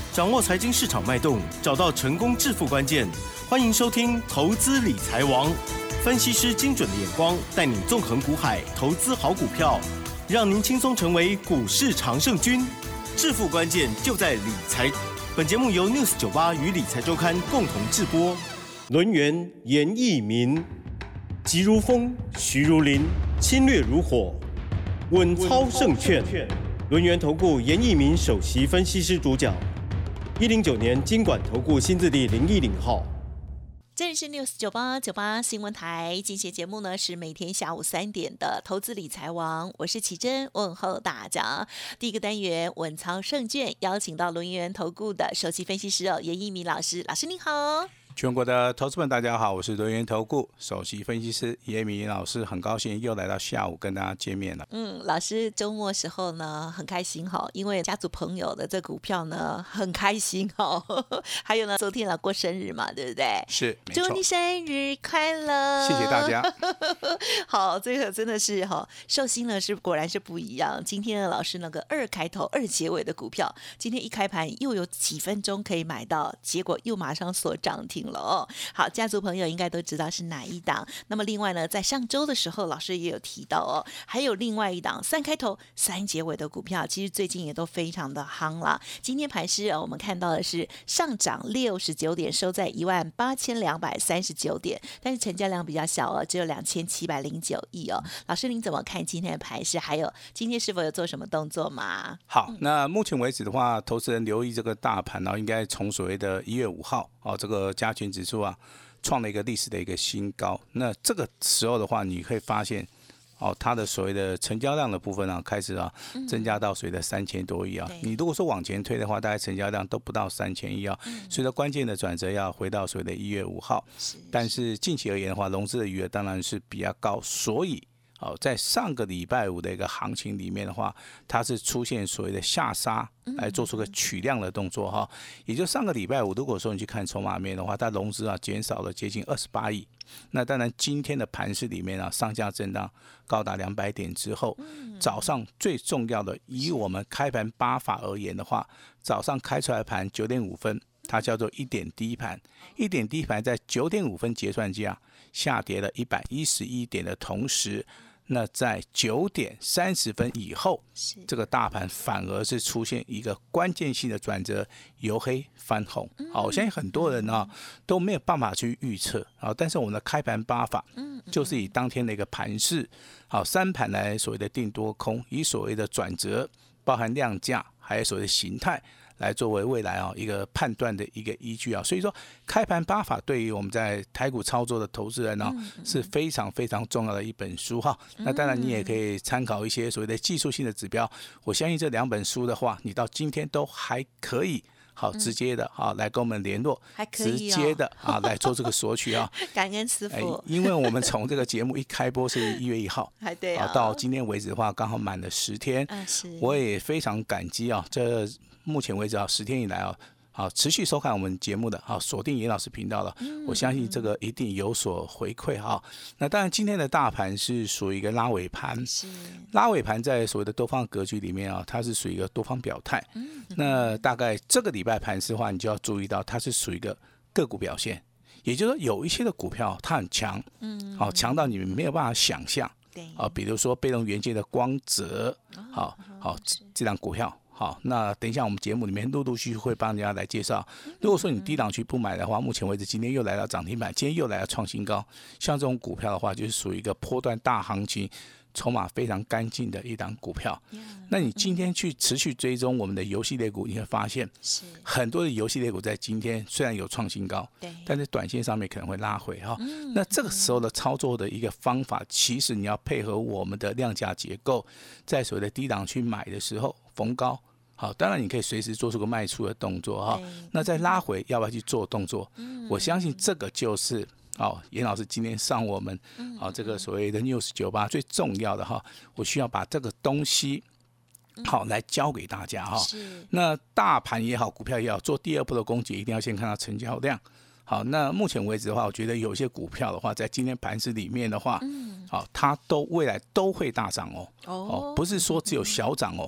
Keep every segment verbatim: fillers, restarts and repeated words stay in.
掌握财经市场脉动，找到成功致富关键。欢迎收听《投资理财王》，分析师精准的眼光，带你纵横股海，投资好股票，让您轻松成为股市常胜军。致富关键就在理财。本节目由 News 九八与理财周刊共同制播。轮源严义民，急如风，徐如林，侵略如火，稳操胜券。轮源投顾严义民首席分析师主讲。一零九年金管投顾新字第零一零号。 这里是 News 九八九八新闻台，今天节目呢是每天下午三点的投资理财王，我是奇珍，问候大家。第一个单元稳操胜券，邀请到轮源投顾的首席分析师哦严义民老师，老师您好。 全国的投资们，大家好，我是轮源投顾首席分析师严义民老师，很高兴又来到下午跟大家见面了。 嗯，老师周末时候呢很开心哈，因为家族朋友的这股票呢很开心哈，还有呢昨天呢过生日嘛，对不对？ 是，没错。 祝你生日快乐！ 谢谢大家。 好，这个真的是哈，寿星呢是果然是不一样。今天的老师那个二开头二结尾的股票，今天一开盘又有几分钟可以买到，结果又马上锁涨停了哦。好，家族朋友应该都知道是哪一档。那么另外呢，在上周的时候，老师也有提到哦，还有另外一档三开头三结尾的股票，其实最近也都非常的夯啦。今天盘势我们看到的是上涨六十九点，收在一万八千两百三十九点，但是成交量比较小哦，只有两千七百零九亿哦。老师您怎么看今天的盘势？还有今天是否有做什么动作吗？ 好，那目前为止的话，投资人留意这个大盘呢，应该从所谓的一月五号哦，这个加权指数啊创了一个历史的一个新高。那这个时候的话，你可以发现哦，它的所谓的成交量的部分啊，开始啊增加到所谓的三千多亿啊。你如果说往前推的话，大概成交量都不到三千亿啊。所以说关键的转折要回到所谓的一月五号。但是近期而言的话，融资的余额当然是比较高，所以哦，在上个礼拜五的一个行情里面的话，它是出现所谓的下杀，来做出个取量的动作哈。也就上个礼拜五，如果说你去看筹码面的话，它融资啊减少了接近二十八亿。那当然，今天的盘势里面啊，上下震荡高达两百点之后，早上最重要的，以我们开盘八法而言的话，早上开出来盘九点五分。它叫做一点低盘，一点低盘在九点五分结算价下跌了一百一十一点的同时，那在九点三十分以后，这个大盘反而是出现一个关键性的转折，由黑翻红。好，我相信很多人呢都没有办法去预测啊，但是我们的开盘八法就是以当天的一个盘势，好三盘来所谓的定多空，以所谓的转折，包含量价还有所谓的形态，来作为未来啊一个判断的一个依据啊，所以说开盘八法对于我们在台股操作的投资人呢、啊、是非常非常重要的一本书哈。那当然你也可以参考一些所谓的技术性的指标，我相信这两本书的话，你到今天都还可以。好，直接的啊，来跟我们联络， 还可以、哦、 直接的啊来做这个索取啊。 感恩师父、 哎，因为我们从这个节目一开播是一月一号， 还对啊， 到今天为止的话，刚好满了十天。 嗯，是， 我也非常感激啊，这目前为止啊，十天以来啊。好，持续收看我们节目的，好锁定严老师频道了，我相信这个一定有所回馈哈。那当然，今天的大盘是属于一个拉尾盘，拉尾盘在所谓的多方格局里面啊，它是属于一个多方表态。那大概这个礼拜盘势的话，你就要注意到它是属于一个个股表现，也就是说有一些的股票它很强，好强到你们没有办法想象，啊，比如说被动元件的光泽，好好这档股票。好，那等一下我们节目里面陆陆续续会帮人家来介绍。如果说你低档区不买的话，目前为止今天又来到涨停板，今天又来到创新高。像这种股票的话，就是属于一个波段大行情，筹码非常干净的一档股票。那你今天去持续追踪我们的游戏类股，你会发现很多的游戏类股在今天虽然有创新高，但是短线上面可能会拉回哈。那这个时候的操作的一个方法，其实你要配合我们的量价结构，在所谓的低档区买的时候逢高。好，当然你可以随时做出个卖出的动作哈。那再拉回要不要去做动作？我相信这个就是哦，严老师今天上我们啊这个所谓的 News 九八最重要的哈，我需要把这个东西好来教给大家哈。那大盘也好，股票也好，做第二波的攻击，一定要先看到成交量。好，那目前为止的话，我觉得有些股票的话，在今天盘势里面的话，好，它都未来都会大涨哦。哦，不是说只有小涨哦。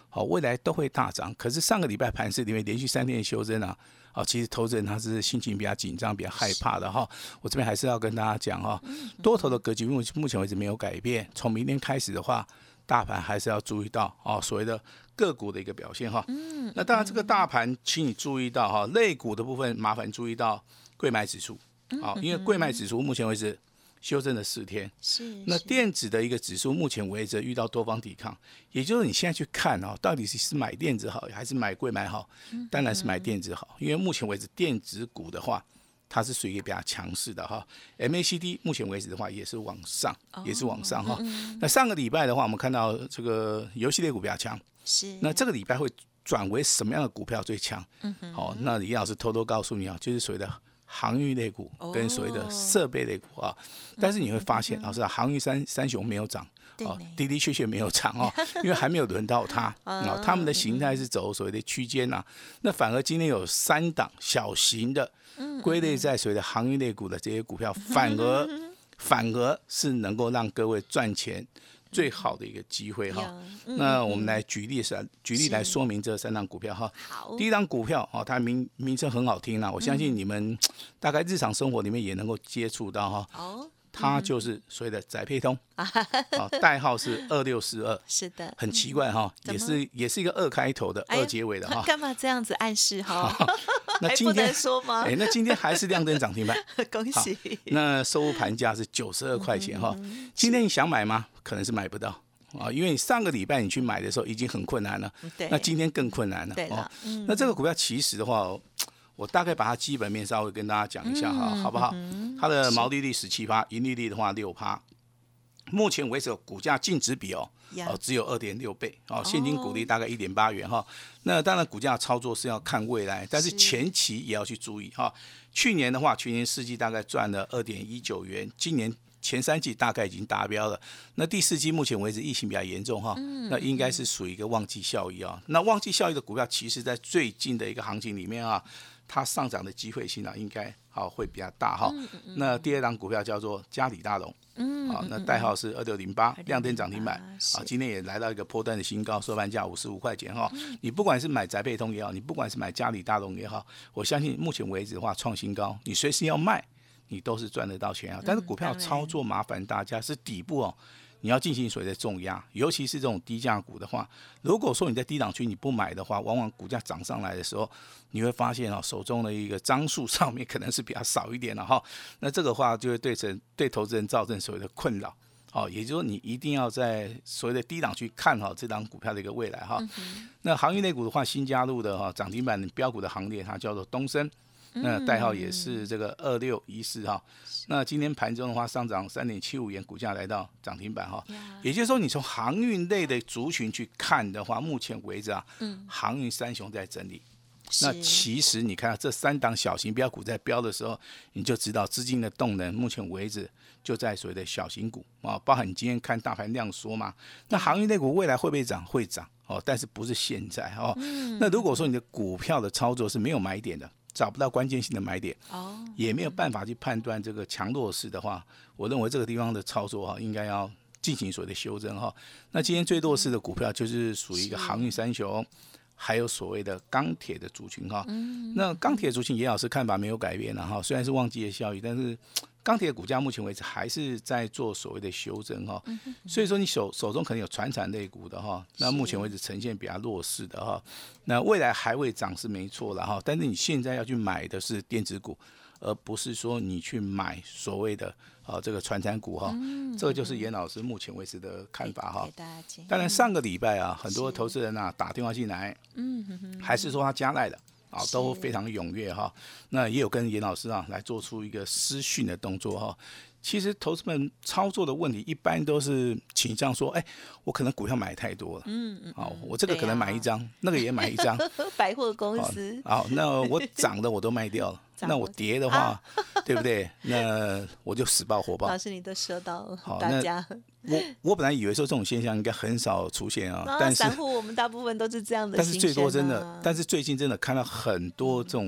好，未来都会大涨。可是上个礼拜盘市里面连续三天的修正啊，好，其实投资人他是心情比较紧张、比较害怕的哈。我这边还是要跟大家讲哈，多头的格局目目前为止没有改变，从明天开始的话，大盘还是要注意到哦，所谓的个股的一个表现哈。那当然这个大盘，请你注意到哈，类股的部分麻烦注意到贵买指数，好，因为贵买指数目前为止修正了四天， 是那电子的一个指数目前为止遇到多方抵抗，也就是你现在去看哦，到底是买电子好还是买贵买好？当然是买电子好，因为目前为止电子股的话，它是属于一个比较强势的哈。M A C D 目前为止的话也是往上，也是往上哈。那上个礼拜的话，我们看到这个游戏类股比较强， 是。 那这个礼拜会转为什么样的股票最强？好，那李老师偷偷告诉你啊，就是所谓的航运类股跟所谓的设备类股啊，但是你会发现，老师啊，航运三三雄没有涨，哦，的的确确没有涨哦，因为还没有轮到它，哦，他们的形态是走所谓的区间呐，那反而今天有三档小型的归类在所谓的航运类股的这些股票，反而反而是能够让各位赚钱最好的一个机会哈。那我们来举例是举例来说明这三档股票哈。第一档股票哦，它名名称很好听啦，我相信你们大概日常生活里面也能够接触到哈。哦。它就是所谓的宅配通，哦，代号是二六四二， 是的， 很奇怪哈，也是也是一个二开头的，二结尾的哈。 干嘛这样子暗示哈？ 那今天说吗？ 哎，那今天还是亮灯涨停板， 恭喜。 那收盘价是九十二块钱哈，今天你想买吗？可能是买不到。啊，因为你上个礼拜你去买的时候已经很困难了，那今天更困难了。 对了， 嗯，那这个股票其实的话，我大概把它基本面稍微跟大家讲一下哈，嗯，好不好？它的毛利率十七趴，盈利率的话六趴，目前为止股价净值比哦，哦只有二点六倍哦，现金股利大概一点八元哈。那当然股价操作是要看未来，但是前期也要去注意哈。去年的话，去年四季大概赚了二点一九元，今年前三季大概已经达标了，那第四季目前为止疫情比较严重哈，那应该是属于一个旺季效益啊。那旺季效益的股票，其实在最近的一个行情里面啊，它上涨的机会性啊，应该好会比较大哈。那第二档股票叫做嘉里大荣，啊，那代号是二六零八，亮灯涨停板啊，今天也来到一个波段的新高，收盘价五十五块钱哈。你不管是买宅配通也好，你不管是买嘉里大荣也好，我相信目前为止的话创新高，你随时要卖，你都是赚得到钱啊，但是股票操作麻烦大家是底部哦，你要进行所谓的重压，尤其是这种低价股的话，如果说你在低档区你不买的话，往往股价涨上来的时候，你会发现哦，手中的一个张数上面可能是比较少一点了哈，那这个话就会对成对投资人造成所谓的困扰。哦，也就是说你一定要在所谓的低档去看好这档股票的一个未来哈。嗯，那航运类股的话，新加入的哈涨停板标股的行列，它叫做东升。那代号也是这个二六一四哈，那今天盘中的话上涨三点七五元，股价来到涨停板哈。也就是说，你从航运类的族群去看的话，目前为止啊，航运三雄在整理。那其实你看到这三档小型标股在标的时候，你就知道资金的动能，目前为止就在所谓的小型股啊，包含你今天看大盘量缩嘛。那航运类股未来会不会涨？会涨哦，但是不是现在哦。那如果说你的股票的操作是没有买点的，找不到关键性的买点，也没有办法去判断这个强弱势的话，我认为这个地方的操作哈，应该要进行所谓的修正哈。那今天最弱势的股票就是属于一个航运三雄，还有所谓的钢铁的族群哈。那钢铁族群严老师看法没有改变了哈，虽然是旺季的效益，但是钢铁股价目前为止还是在做所谓的修正哈。所以说你手手中可能有传产类股的哈，那目前为止呈现比较弱势的哈。那未来还会涨是没错了哈，但是你现在要去买的是电子股，而不是说你去买所谓的啊这个传产股哈。这个就是严老师目前为止的看法哈。当然上个礼拜啊，很多投资人啊打电话进来，还是说他加赖的。啊，都非常踊跃哈，那也有跟严老师啊来做出一个私讯的动作哈。其实投资们操作的问题，一般都是倾向说，哎，我可能股票买太多了，嗯嗯，好，我这个可能买一张，啊、那个也买一张， 百货公司， 好，那我涨的我都卖掉了。那我跌的话，啊、对不对？那我就死抱活抱。 老师，你都说到大家。 我我本来以为说这种现象应该很少出现啊，但是散户我们大部分都是这样的、啊。 但是最多真的，但是最近真的看到很多这种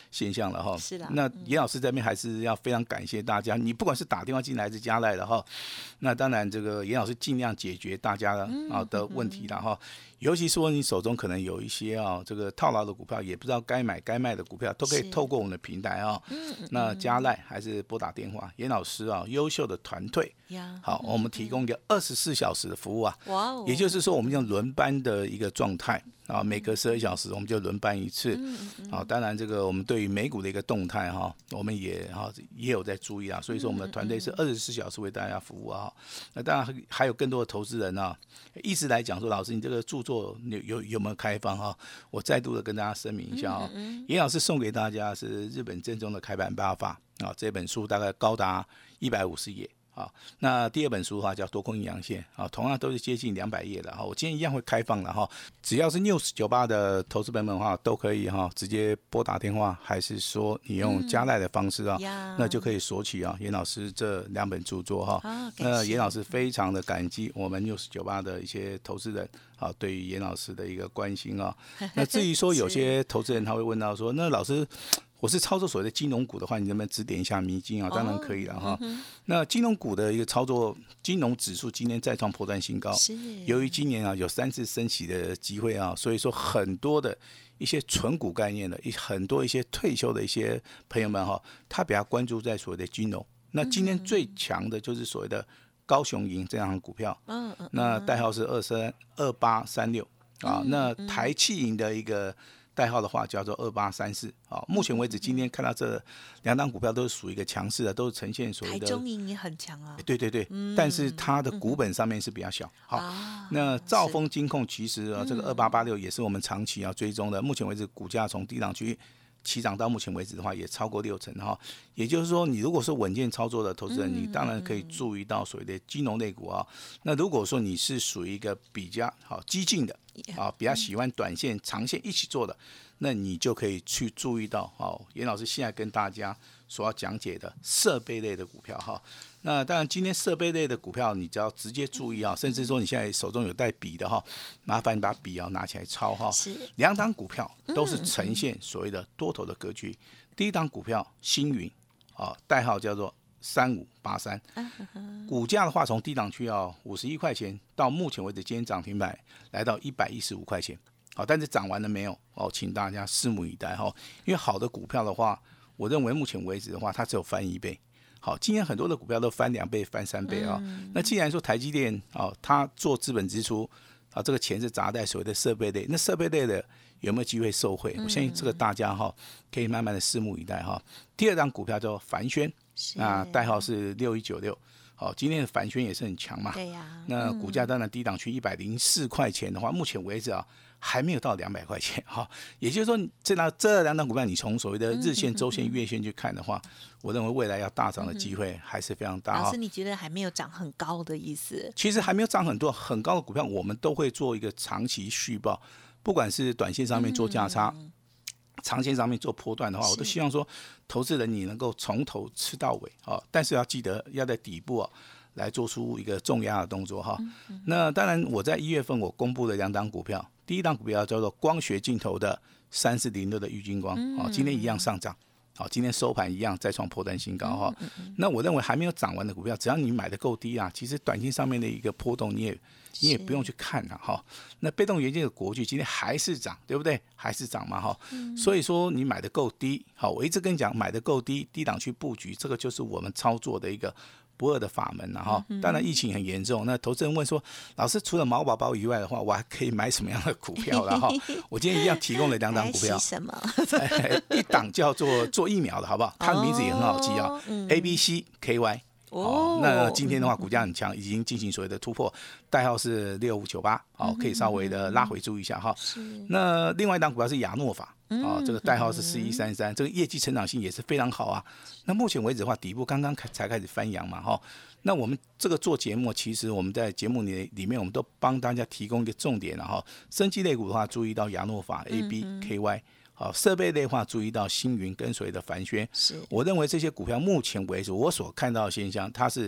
现象了哈。 是啦， 那严老师这边还是要非常感谢大家，你不管是打电话进来还是加赖的哈，那当然这个严老师尽量解决大家的啊的问题了哈。尤其说你手中可能有一些啊这个套牢的股票，也不知道该买该卖的股票，都可以透过我们的平台啊，那加赖还是拨打电话，严老师啊优秀的团队，好，我们提供一个二十四小时的服务啊，哇，也就是说我们用轮班的一个状态啊，每隔十二小时我们就轮班一次，啊，当然这个我们对于美股的一个动态哈，我们也哈也有在注意啊，所以说我们的团队是二十四小时为大家服务啊，那当然还有更多的投资人啊，一直来讲说老师你这个著作有有有没有开放哈？我再度的跟大家声明一下啊，严老师送给大家是日本正宗的开版八法啊，这本书大概高达一百五十页。好，那第二本书的话叫多空阴阳线啊，同样都是接近两百页的哈。我今天一样会开放了哈，只要是 News 九十八的投资版本的话，都可以哈，直接拨打电话，还是说你用加赖的方式啊，嗯、那就可以索取啊严老师这两本著作哈。哦、那严老师非常的感激我们 News 九十八的一些投资人啊，对于严老师的一个关心啊。那至于说有些投资人他会问到说，那老师。我是操作所谓的金融股的话，你能不能指点一下迷津啊？当然可以了哈。哦嗯、那金融股的一个操作，金融指数今天再创波段新高。由于今年啊有三次升息的机会啊，所以说很多的一些纯股概念的，很多一些退休的一些朋友们哈，他比较关注在所谓的金融。那今天最强的就是所谓的高雄银这样的股票，嗯嗯、那代号是二三二八三六啊。那台企银的一个。代号的话叫做二八三四，好，目前为止今天看到这两档股票都是属于一个强势的，都是呈现所谓的。 台中银也很强啊。 对对对，嗯、但是它的股本上面是比较小。好，啊、那兆丰金控其实啊，这个二八八六也是我们长期要追踪的，目前为止股价从低档区起涨到目前为止的话，也超过六成哈。也就是说，你如果是稳健操作的投资人，你当然可以注意到所谓的金融类股啊。那如果说你是属于一个比较好激进的啊，比较喜欢短线、长线一起做的，那你就可以去注意到哦，严老师现在跟大家所要讲解的设备类的股票哈。那当然，今天设备类的股票，你只要直接注意啊，甚至说你现在手中有带笔的哈，麻烦你把笔啊拿起来抄哈。两档股票都是呈现所谓的多头的格局。第一档股票星云啊，代号叫做三五八三，股价的话从低档区要五十一块钱，到目前为止今天涨停板来到一百一十五块钱。好，但是涨完了没有？哦，请大家拭目以待哈。因为好的股票的话，我认为目前为止的话，它只有翻一倍。好，今天很多的股票都翻两倍、翻三倍啊、哦。嗯、那既然说台积电哦，它做资本支出啊，这个钱是砸在所谓的设备类，那设备类的有没有机会受惠？我相信这个大家哈、哦、可以慢慢的拭目以待哈、哦。第二张股票叫凡轩，那代号是六一九六。好，今天的凡轩也是很强嘛。对呀、啊。那股价当然低档区一百零四块钱的话，目前为止啊。还没有到两百块钱哈，也就是说，这两这两档股票，你从所谓的日线、周线、月线去看的话，我认为未来要大涨的机会还是非常大。 老师，你觉得还没有涨很高的意思？ 其实还没有涨很多，很高的股票，我们都会做一个长期续报，不管是短线上面做价差，嗯、长线上面做波段的话，我都希望说，投资人你能够从头吃到尾啊，但是要记得要在底部啊。来做出一个重压的动作哈，嗯嗯、那当然我在一月份我公布了两档股票，第一档股票叫做光学镜头的三四零六的玉晶光，好、嗯，今天一样上涨，好，今天收盘一样再创波段新高哈。嗯嗯、那我认为还没有涨完的股票，只要你买的够低啊，其实短线上面的一个波动你也你也不用去看了哈。那被动元件的国巨今天还是涨，对不对？还是涨嘛哈。嗯、所以说你买的够低，好，我一直跟你讲买的够低，低档去布局，这个就是我们操作的一个。不二的法门了哈，当然疫情很严重，那投资人问说，老师除了毛宝宝以外的话，我还可以买什么样的股票了哈？我今天一样提供了两档股票， 什么？ 一档叫做做疫苗的好不好？它的名字也很好记啊、哦嗯、，A B C K Y。哦，那今天的话，股价很强，已经进行所谓的突破，代号是六五九八，好，可以稍微的拉回注意一下哈。那另外一档股票是亚诺法，啊，这个代号是四一三三，这个业绩成长性也是非常好啊。那目前为止的话，底部刚刚才开始翻扬嘛哈。那我们这个做节目，其实我们在节目里里面，我们都帮大家提供一个重点了哈。生技类股的话，注意到亚诺法 A B K Y。好，设备类的话，注意到星云跟随的凡轩。我认为这些股票目前为止，我所看到的现象，它是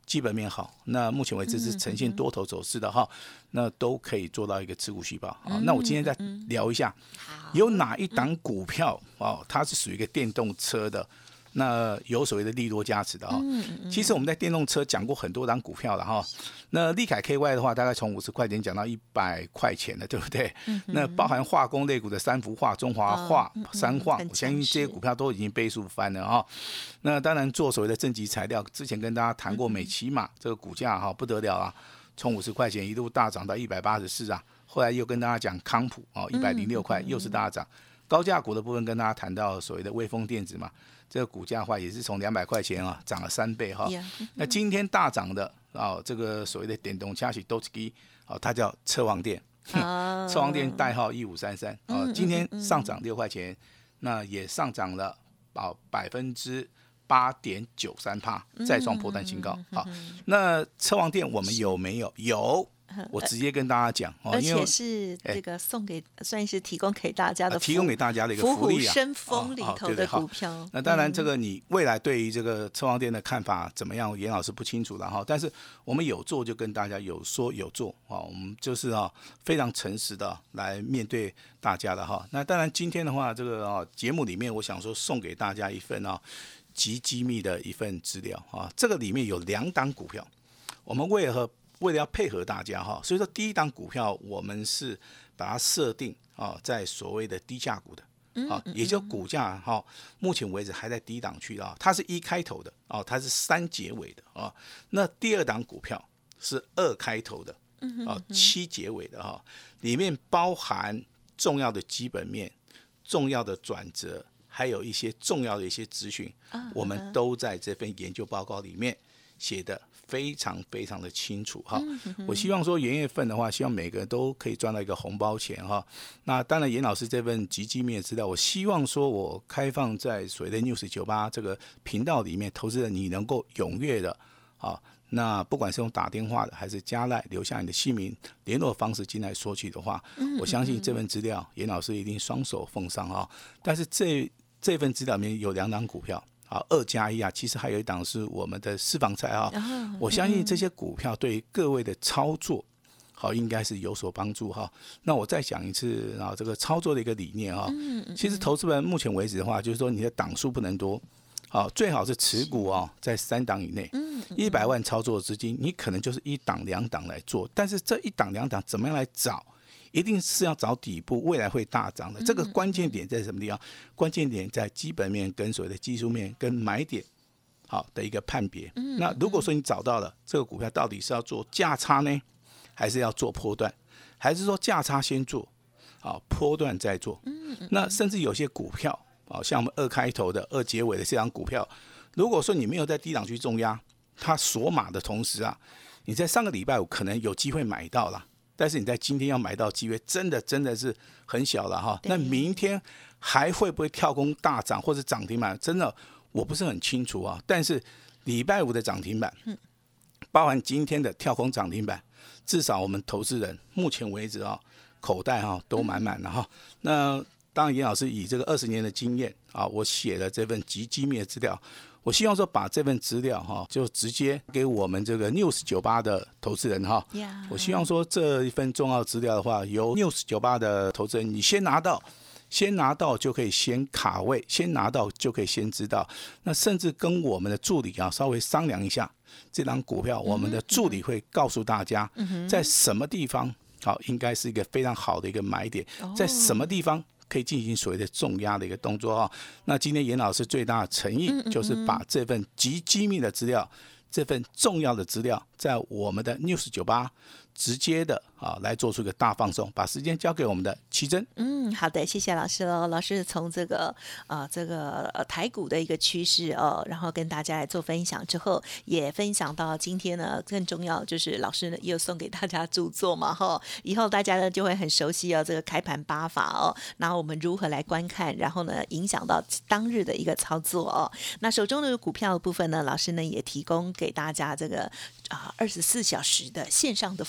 基本面好，那目前为止是呈现多头走势的哈，那都可以做到一个持股续报。好，那我今天再聊一下，有哪一档股票哦，它是属于一个电动车的，那有所谓的利多加持的哈。其实我们在电动车讲过很多档股票了哈。那利凯 K Y 的话，大概从五十块钱讲到一百块钱了，对不对？那包含化工类股的三福化、中华化、三化，我相信这些股票都已经倍数翻了哈。那当然做所谓的正极材料，之前跟大家谈过美骑马这个股价哈不得了啊，从五十块钱一路大涨到一百八十四啊，后来又跟大家讲康普哦一百零六块又是大涨。高价股的部分跟大家谈到所谓的微风电子嘛，这个股价的话也是从两百块钱啊涨了三倍哈。Yeah. 那今天大涨的啊、哦，这个所谓的电动车是多支机啊，它叫车王电， oh. 车王电代号一五三三啊，今天上涨六块钱，那也上涨了啊百分之八点九三趴，再创波段新高。好，那车王电我们有没有？有。我直接跟大家讲， 而且是这个送给，算是提供给大家的， 提供给大家的一个福利啊， 虎生风里头的股票。 哦哦、那当然，这个你未来对于这个车王电的看法怎么样，严老师不清楚了哈。但是我们有做就跟大家有说有做啊，我们就是啊非常诚实的来面对大家的哈。那当然今天的话，这个啊节目里面，我想说送给大家一份啊极机密的一份资料啊，这个里面有两档股票，我们为何？为了要配合大家哈，所以说第一档股票我们是把它设定啊，在所谓的低价股的，啊，也就股价哈，目前为止还在低档区啊，它是一开头的啊，它是三结尾的啊。那第二档股票是二开头的啊，七结尾的哈，里面包含重要的基本面、重要的转折，还有一些重要的一些资讯，我们都在这份研究报告里面写的非常非常的清楚哈。我希望说元月份的话，希望每个人都可以赚到一个红包钱哈。那当然严老师这份极机密的资料，我希望说我开放在所谓的 News 九十八 这个频道里面，投资人你能够踊跃的啊，那不管是用打电话的还是加赖留下你的姓名联络方式进来索取的话，我相信这份资料严老师一定双手奉上哈。但是这这份资料里面有两档股票。啊，二加一啊，其实还有一档是我们的私房菜啊。Uh-huh, 我相信这些股票对各位的操作，好应该是有所帮助哈。那我再讲一次啊，这个操作的一个理念啊。其实投资人目前为止的话，就是说你的档数不能多，好最好是持股啊在三档以内。一百万操作资金，你可能就是一档两档来做，但是这一档两档怎么样来找？一定是要找底部，未来会大涨的。这个关键点在什么地方？关键点在基本面跟所谓的技术面跟买点好的一个判别。那如果说你找到了这个股票，到底是要做价差呢，还是要做波段，还是说价差先做，好波段再做？那甚至有些股票，好像我们二开头的、二结尾的这张股票，如果说你没有在低档区重压，它锁码的同时啊，你在上个礼拜五可能有机会买到了。但是你在今天要买到机会，真的真的是很小了哈。那明天还会不会跳空大涨或者涨停板？真的我不是很清楚啊。但是礼拜五的涨停板，包含今天的跳空涨停板，至少我们投资人目前为止啊，口袋哈都满满了哈。那当然，严老师以这个二十年的经验啊，我写了这份极机密的资料。我希望说把这份资料哈，就直接给我们这个 News 九十八 的投资人哈。Yeah. 我希望说这一份重要资料的话，由 News 九十八 的投资人你先拿到，先拿到就可以先卡位，先拿到就可以先知道。那甚至跟我们的助理啊稍微商量一下，这张股票我们的助理会告诉大家，在什么地方好应该是一个非常好的一个买点，在什么地方。可以进行所谓的重压的一个动作啊。那今天严老师最大的诚意就是把这份极机密的资料，这份重要的资料，在我们的 News 九十八直接的啊来做出一个大放送，把时间交给我们的奇珍。 嗯，好的，谢谢老师喽。老师从这个呃这个呃台股的一个趋势哦，然后跟大家来做分享之后，也分享到今天呢，更重要就是老师呢又送给大家著作嘛哈，以后大家呢就会很熟悉哦这个开盘八法哦，然后我们如何来观看，然后呢影响到当日的一个操作哦。那手中的股票的部分呢，老师呢也提供给大家这个啊二十四小时的线上的服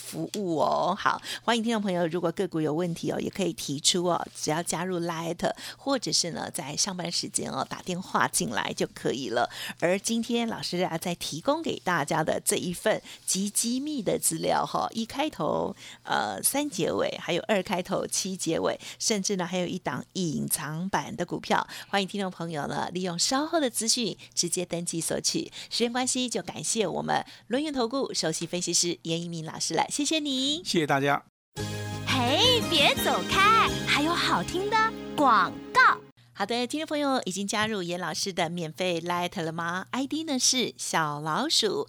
服务哦。好，欢迎听众朋友，如果个股有问题哦，也可以提出哦，只要加入 Light 或者是呢在上班时间哦打电话进来就可以了。而今天老师啊在提供给大家的这一份极机密的资料哈、哦，一开头呃三结尾，还有二开头七结尾，甚至呢还有一档隐藏版的股票，欢迎听众朋友呢利用稍后的资讯直接登记索取。时间关系，就感谢我们轮源投顾首席分析师严一鸣老师了，谢谢你， 谢谢大家。 嘿，别走开，还有好听的广告。 好的，听众朋友已经加入严老师的免费 Light 了吗 ？I D 呢是小老鼠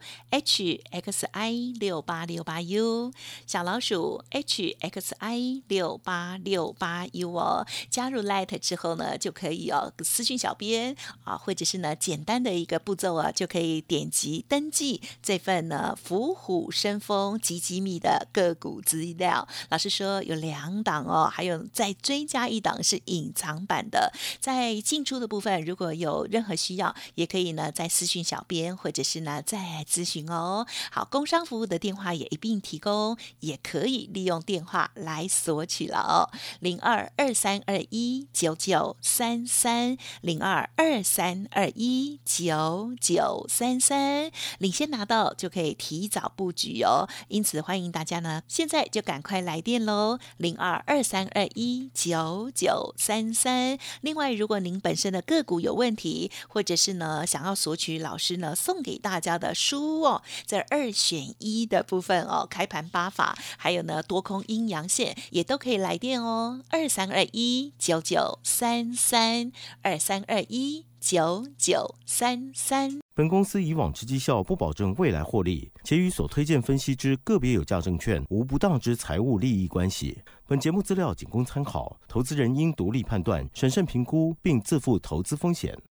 H X I 六八六八 U， 小老鼠 H X I 六八六八 U 哦。加入 Light 之后呢，就可以哦私讯小编啊，或者是呢简单的一个步骤啊，就可以点击登记这份呢伏虎生风极机密的个股资料。老师说有两档哦，还有再追加一档是隐藏版的。在进出的部分，如果有任何需要，也可以呢在私讯小编，或者是呢再咨询哦。好，工商服务的电话也一并提供，也可以利用电话来索取了哦。零二二三二一九九三三，零二二三二一九九三三，领先拿到就可以提早布局哦。因此欢迎大家呢，现在就赶快来电喽，零二二三二一九九三三。另外，如果您本身的个股有问题，或者是呢想要索取老师呢送给大家的书哦，这二选一的部分哦，开盘八法，还有呢多空阴阳线，也都可以来电哦，二三二一九九三三，二三二一九九三三。 本公司以往之绩效不保证未来获利，且与所推荐分析之个别有价证券无不当之财务利益关系。本节目资料仅供参考，投资人应独立判断、审慎评估，并自负投资风险。